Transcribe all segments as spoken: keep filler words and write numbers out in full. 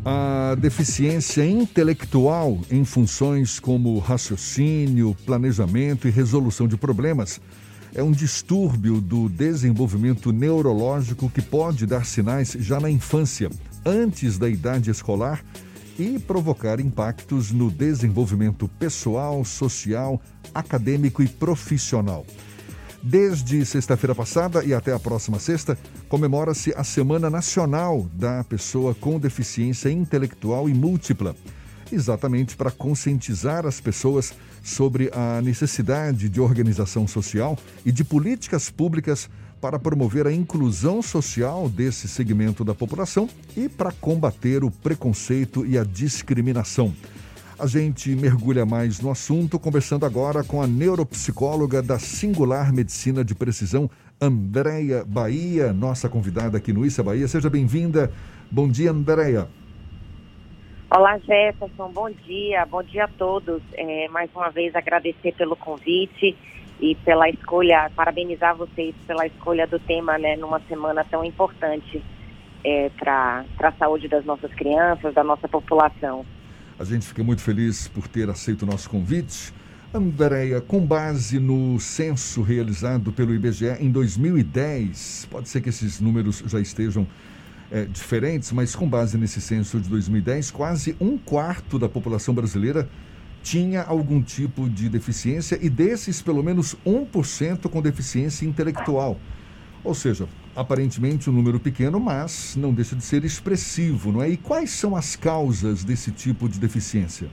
A deficiência intelectual em funções como raciocínio, planejamento e resolução de problemas é um distúrbio do desenvolvimento neurológico que pode dar sinais já na infância, antes da idade escolar, e provocar impactos no desenvolvimento pessoal, social, acadêmico e profissional. Desde sexta-feira passada e até a próxima sexta, comemora-se a Semana Nacional da Pessoa com Deficiência Intelectual e Múltipla, exatamente para conscientizar as pessoas sobre a necessidade de organização social e de políticas públicas para promover a inclusão social desse segmento da população e para combater o preconceito e a discriminação. A gente mergulha mais no assunto, conversando agora com a neuropsicóloga da Singular Medicina de Precisão, Andréia Bahia, nossa convidada aqui no Issa Bahia. Seja bem-vinda. Bom dia, Andréia. Olá, Jefferson. Bom dia. Bom dia a todos. É, mais uma vez agradecer pelo convite e pela escolha, parabenizar vocês pela escolha do tema, né, numa semana tão importante é, para a saúde das nossas crianças, da nossa população. A gente fica muito feliz por ter aceito o nosso convite. Andréia, com base no censo realizado pelo I B G E em dois mil e dez, pode ser que esses números já estejam é, diferentes, mas com base nesse censo de dois mil e dez, quase um quarto da população brasileira tinha algum tipo de deficiência e desses, pelo menos um por cento com deficiência intelectual. Ou seja, aparentemente um número pequeno, mas não deixa de ser expressivo, não é? E quais são as causas desse tipo de deficiência?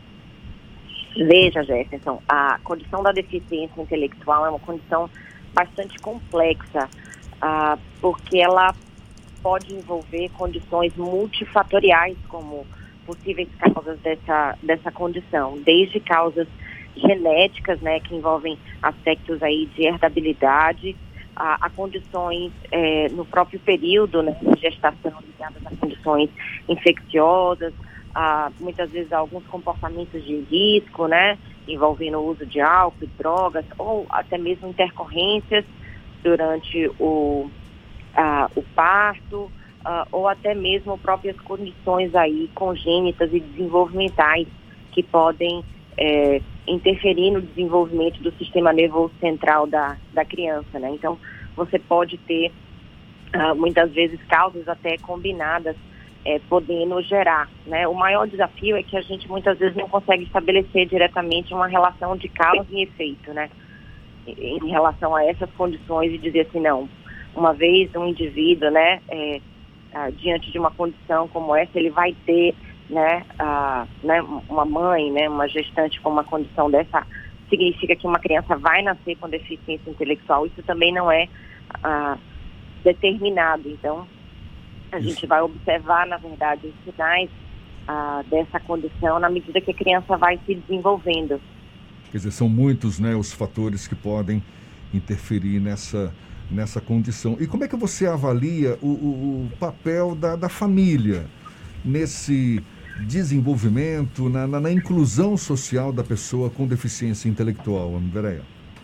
Veja, Jefferson, a condição da deficiência intelectual é uma condição bastante complexa, ah, porque ela pode envolver condições multifatoriais como possíveis causas dessa, dessa condição, desde causas genéticas, né, que envolvem aspectos aí de herdabilidade, a, a condições é, no próprio período, né, de gestação ligadas a condições infecciosas, a, muitas vezes alguns comportamentos de risco, né, envolvendo o uso de álcool, drogas, ou até mesmo intercorrências durante o, a, o parto, a, ou até mesmo próprias condições aí congênitas e desenvolvimentais que podem é, interferir no desenvolvimento do sistema nervoso central da, da criança, né? Então, você pode ter, uh, muitas vezes, causas até combinadas, é, podendo gerar, né? O maior desafio é que a gente, muitas vezes, não consegue estabelecer diretamente uma relação de causa e efeito, né? Em relação a essas condições e dizer assim, não, uma vez um indivíduo, né, é, uh, diante de uma condição como essa, ele vai ter Né, a, né, uma mãe, né, uma gestante com uma condição dessa, significa que uma criança vai nascer com deficiência intelectual. Isso também não é a, determinado. Então, a gente vai observar, na verdade, os sinais a, dessa condição na medida que a criança vai se desenvolvendo. Quer dizer, são muitos, né, os fatores que podem interferir nessa, nessa condição. E como é que você avalia o, o, o papel da, da família nesse desenvolvimento, na, na, na inclusão social da pessoa com deficiência intelectual, Andréia?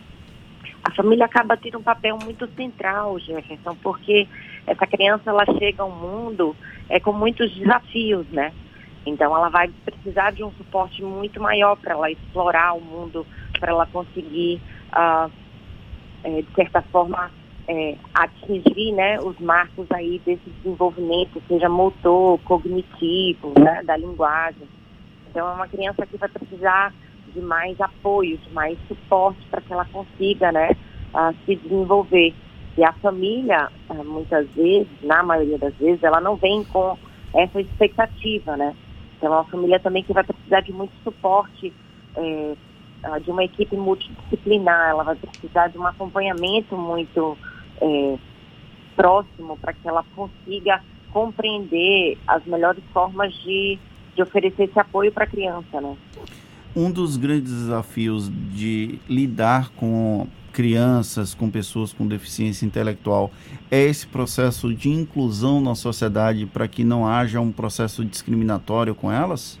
A família acaba tendo um papel muito central, Jefferson, porque essa criança, ela chega ao mundo é, com muitos desafios, né? Então, ela vai precisar de um suporte muito maior para ela explorar o mundo, para ela conseguir, ah, é, de certa forma, É, atingir, né, os marcos aí desse desenvolvimento, seja motor, cognitivo, né, da linguagem. Então, é uma criança que vai precisar de mais apoio, de mais suporte para que ela consiga, né, uh, se desenvolver. E a família, uh, muitas vezes, na maioria das vezes, ela não vem com essa expectativa, né. Então, é uma família também que vai precisar de muito suporte, é, uh, de uma equipe multidisciplinar, ela vai precisar de um acompanhamento muito É, próximo para que ela consiga compreender as melhores formas de, de oferecer esse apoio para a criança, né? Um dos grandes desafios de lidar com crianças, com pessoas com deficiência intelectual, é esse processo de inclusão na sociedade para que não haja um processo discriminatório com elas?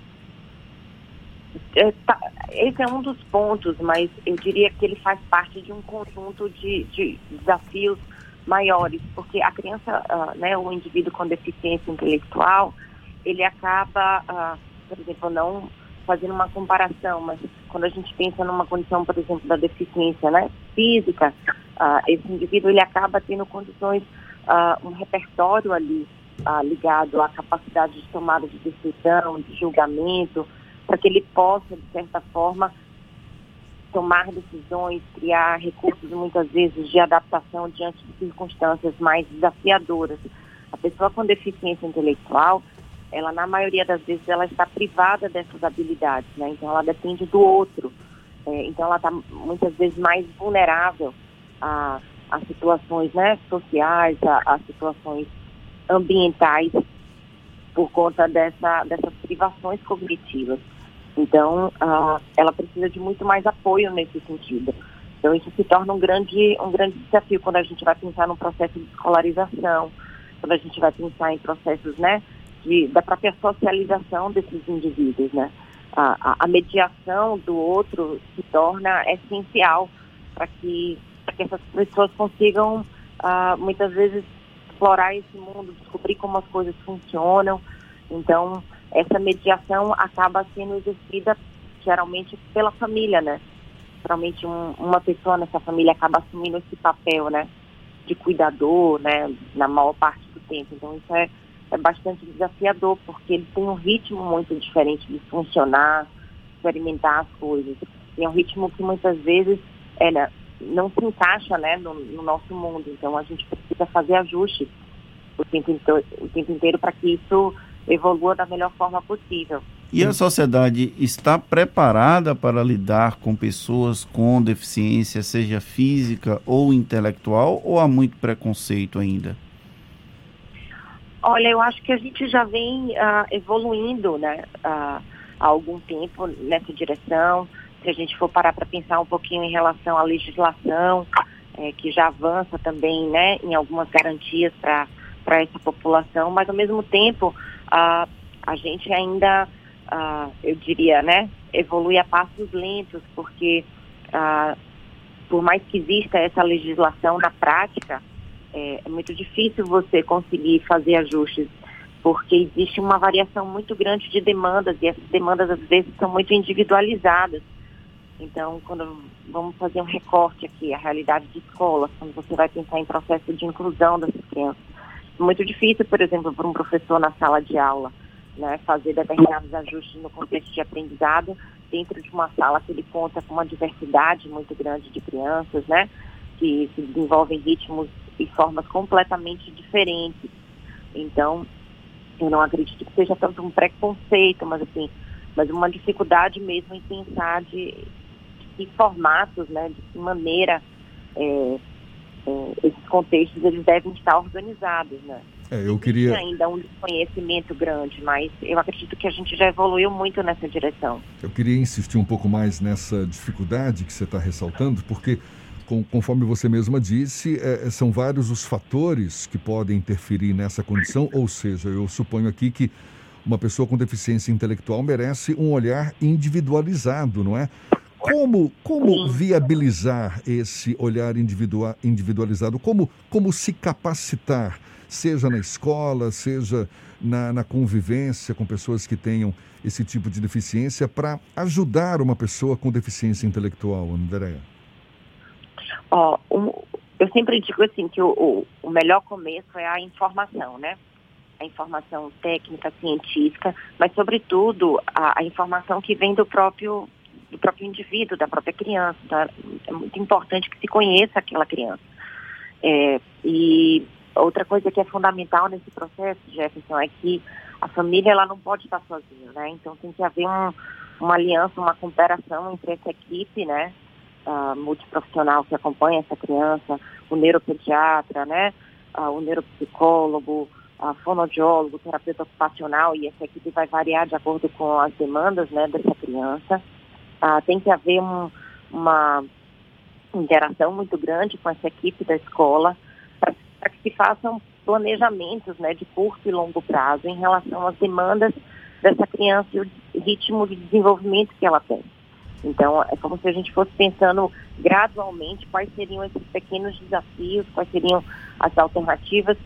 É, tá, esse é um dos pontos, mas eu diria que ele faz parte de um conjunto de, de desafios maiores, porque a criança, uh, né, o indivíduo com deficiência intelectual, ele acaba, uh, por exemplo, não fazendo uma comparação, mas quando a gente pensa numa condição, por exemplo, da deficiência, né, física, uh, esse indivíduo ele acaba tendo condições, uh, um repertório ali uh, ligado à capacidade de tomada de decisão, de julgamento, para que ele possa, de certa forma, tomar decisões, criar recursos, muitas vezes, de adaptação diante de circunstâncias mais desafiadoras. A pessoa com deficiência intelectual, ela, na maioria das vezes, ela está privada dessas habilidades, né? Então, ela depende do outro. É, então, ela está, muitas vezes, mais vulnerável a, a situações, né, sociais, a, a situações ambientais, por conta dessa, dessas privações cognitivas. Então, uh, ela precisa de muito mais apoio nesse sentido. Então, isso se torna um grande, um grande desafio quando a gente vai pensar no processo de escolarização, quando a gente vai pensar em processos, né, de, da própria socialização desses indivíduos, né. A, a, a mediação do outro se torna essencial para que, para que essas pessoas consigam, uh, muitas vezes, explorar esse mundo, descobrir como as coisas funcionam. Então, essa mediação acaba sendo exercida geralmente pela família, né? Geralmente um, uma pessoa nessa família acaba assumindo esse papel, né, de cuidador, né, na maior parte do tempo. Então isso é, é bastante desafiador, porque ele tem um ritmo muito diferente de funcionar, experimentar as coisas. E é um ritmo que muitas vezes é, né, não se encaixa, né, no, no nosso mundo. Então a gente precisa fazer ajustes o tempo, into, o tempo inteiro para que isso evolua da melhor forma possível. E a sociedade está preparada para lidar com pessoas com deficiência, seja física ou intelectual, ou há muito preconceito ainda? Olha, eu acho que a gente já vem uh, evoluindo, né, uh, há algum tempo nessa direção. Se a gente for parar para pensar um pouquinho em relação à legislação, é, que já avança também, né, em algumas garantias para para essa população, mas ao mesmo tempo uh, a gente ainda, uh, eu diria, né, evolui a passos lentos, porque uh, por mais que exista essa legislação na prática, é, é muito difícil você conseguir fazer ajustes, porque existe uma variação muito grande de demandas, e essas demandas às vezes são muito individualizadas. Então, quando vamos fazer um recorte aqui, a realidade de escolas, quando você vai pensar em processo de inclusão dessas crianças, muito difícil, por exemplo, para um professor na sala de aula, né, fazer determinados ajustes no contexto de aprendizado dentro de uma sala que ele conta com uma diversidade muito grande de crianças, né, que se desenvolvem ritmos e formas completamente diferentes. Então, eu não acredito que seja tanto um preconceito, mas assim, mas uma dificuldade mesmo em pensar de, de que formatos, né, de que maneira é, esses contextos eles devem estar organizados, né? É, eu queria... Existe ainda um desconhecimento grande, mas eu acredito que a gente já evoluiu muito nessa direção. Eu queria insistir um pouco mais nessa dificuldade que você está ressaltando, porque, com, conforme você mesma disse, é, são vários os fatores que podem interferir nessa condição, ou seja, eu suponho aqui que uma pessoa com deficiência intelectual merece um olhar individualizado, não é? Como, como viabilizar esse olhar individua, individualizado? Como, como se capacitar, seja na escola, seja na, na convivência com pessoas que tenham esse tipo de deficiência, para ajudar uma pessoa com deficiência intelectual, Andréa? Ó, um, eu sempre digo assim que o, o, o melhor começo é a informação, né? A informação técnica, científica, mas, sobretudo, a, a informação que vem do próprio... do próprio indivíduo, da própria criança. Tá? É muito importante que se conheça aquela criança. É, e outra coisa que é fundamental nesse processo, Jefferson, é que a família ela não pode estar sozinha, né? Então tem que haver um, uma aliança, uma cooperação entre essa equipe, né, uh, multiprofissional que acompanha essa criança, o neuropediatra, né, uh, o neuropsicólogo, a fonoaudiólogo, terapeuta ocupacional, e essa equipe vai variar de acordo com as demandas, né, dessa criança. Ah, tem que haver um, uma interação muito grande com essa equipe da escola para que se façam planejamentos, né, de curto e longo prazo em relação às demandas dessa criança e o ritmo de desenvolvimento que ela tem. Então, é como se a gente fosse pensando gradualmente quais seriam esses pequenos desafios, quais seriam as alternativas que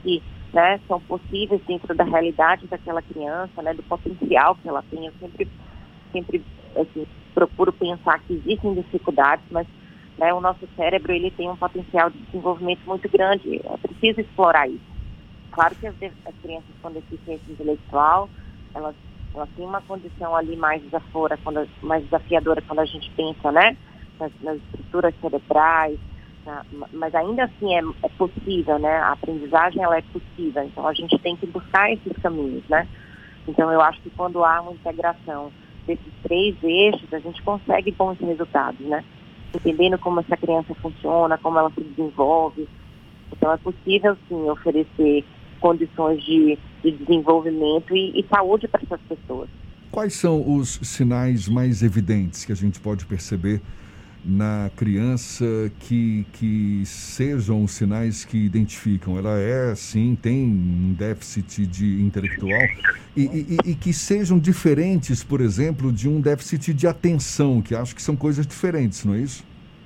né, são possíveis dentro da realidade daquela criança, né, do potencial que ela tem. Eu sempre, sempre assim, procuro pensar que existem dificuldades, mas, né, o nosso cérebro ele tem um potencial de desenvolvimento muito grande. É preciso explorar isso. Claro que as, as crianças com deficiência intelectual, elas, elas têm uma condição ali mais desafiadora quando, mais desafiadora quando a gente pensa, né, nas, nas estruturas cerebrais, na, mas ainda assim é, é possível, né, a aprendizagem ela é possível, então a gente tem que buscar esses caminhos, né. Então eu acho que quando há uma integração desses três eixos, a gente consegue bons resultados, né, entendendo como essa criança funciona, como ela se desenvolve. Então é possível sim oferecer condições de, de desenvolvimento e, e saúde para essas pessoas. Quais são os sinais mais evidentes que a gente pode perceber na criança que, que sejam os sinais que identificam? Ela é, sim, tem um déficit de intelectual e, e, e que sejam diferentes, por exemplo, de um déficit de atenção, que acho que são coisas diferentes, não é isso?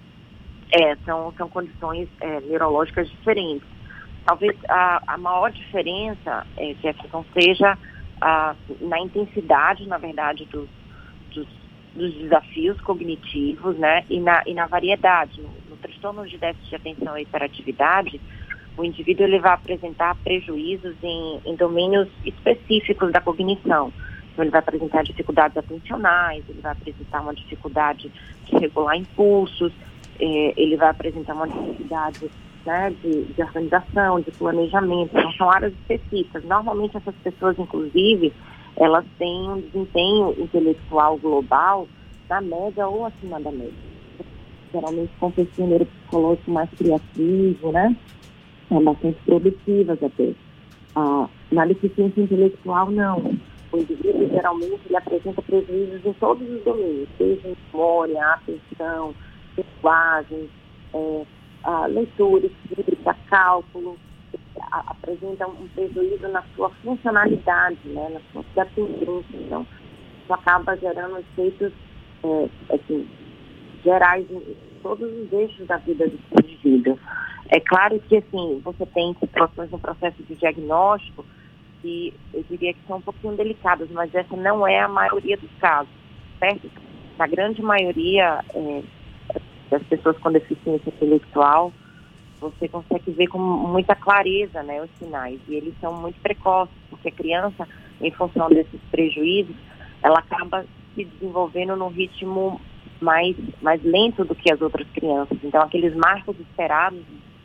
É, são, são condições é, neurológicas diferentes. Talvez a, a maior diferença, é, Jefferson, seja a, na intensidade, na verdade, dos, dos, dos desafios cognitivos, né, e na, e na variedade. No, no transtorno de déficit de atenção e hiperatividade, o indivíduo ele vai apresentar prejuízos em, em domínios específicos da cognição. Então, ele vai apresentar dificuldades atencionais, ele vai apresentar uma dificuldade de regular impulsos, eh, ele vai apresentar uma dificuldade, né, de, de organização, de planejamento. Então, são áreas específicas. Normalmente, essas pessoas, inclusive, elas têm um desempenho intelectual global na média ou acima da média. Geralmente, com perfil neuropsicológico mais criativo, né? São bastante produtivas até. Ah, na deficiência intelectual, não. O indivíduo, geralmente, ele apresenta prejuízos em todos os domínios, seja em memória, atenção, linguagem, é, a leitura, escrita, cálculo, a, apresenta um prejuízo na sua funcionalidade, né, na sua dependência. Então, isso acaba gerando efeitos é, assim, gerais em todos os eixos da vida do indivíduo. É claro que, assim, você tem situações no processo de diagnóstico que eu diria que são um pouquinho delicadas, mas essa não é a maioria dos casos, certo? Na grande maioria é, das pessoas com deficiência intelectual, você consegue ver com muita clareza, né, os sinais, e eles são muito precoces, porque a criança, em função desses prejuízos, ela acaba se desenvolvendo num ritmo mais, mais lento do que as outras crianças. Então, aqueles marcos esperados,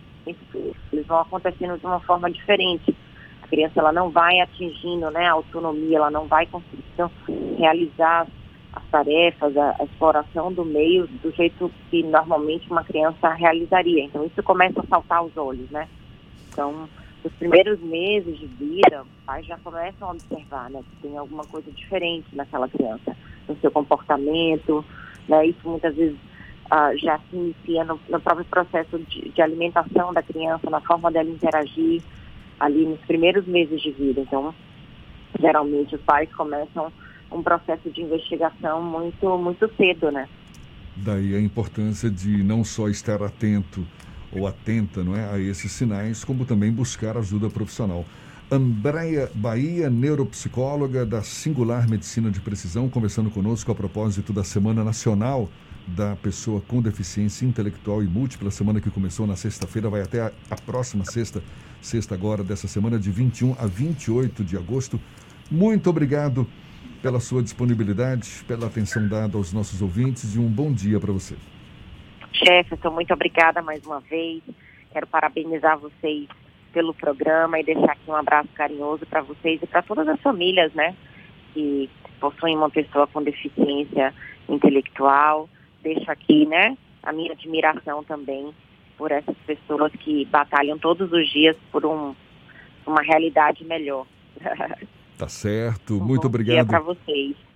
eles vão acontecendo de uma forma diferente. A criança ela não vai atingindo, né, a autonomia, ela não vai conseguindo realizar as tarefas, a, a exploração do meio do jeito que normalmente uma criança realizaria. Então, isso começa a saltar aos olhos, né? Então, nos primeiros meses de vida, os pais já começam a observar, né, que tem alguma coisa diferente naquela criança, no seu comportamento, né? Isso muitas vezes ah, já se inicia no, no próprio processo de, de alimentação da criança, na forma dela interagir ali nos primeiros meses de vida. Então, geralmente os pais começam um processo de investigação muito, muito cedo, né? Daí a importância de não só estar atento ou atenta, não é, a esses sinais, como também buscar ajuda profissional. Andréia Bahia, neuropsicóloga da Singular Medicina de Precisão, conversando conosco a propósito da Semana Nacional da Pessoa com Deficiência Intelectual e Múltipla, semana que começou na sexta-feira, vai até a, a próxima sexta, sexta agora dessa semana, de vinte e um a vinte e oito de agosto. Muito obrigado pela sua disponibilidade, pela atenção dada aos nossos ouvintes, e um bom dia para você. Chefe, estou muito obrigada mais uma vez. Quero parabenizar vocês pelo programa e deixar aqui um abraço carinhoso para vocês e para todas as famílias, né, que possuem uma pessoa com deficiência intelectual. Deixo aqui, né, a minha admiração também por essas pessoas que batalham todos os dias por um, uma realidade melhor. Tá certo. Um Muito bom obrigado. dia para vocês.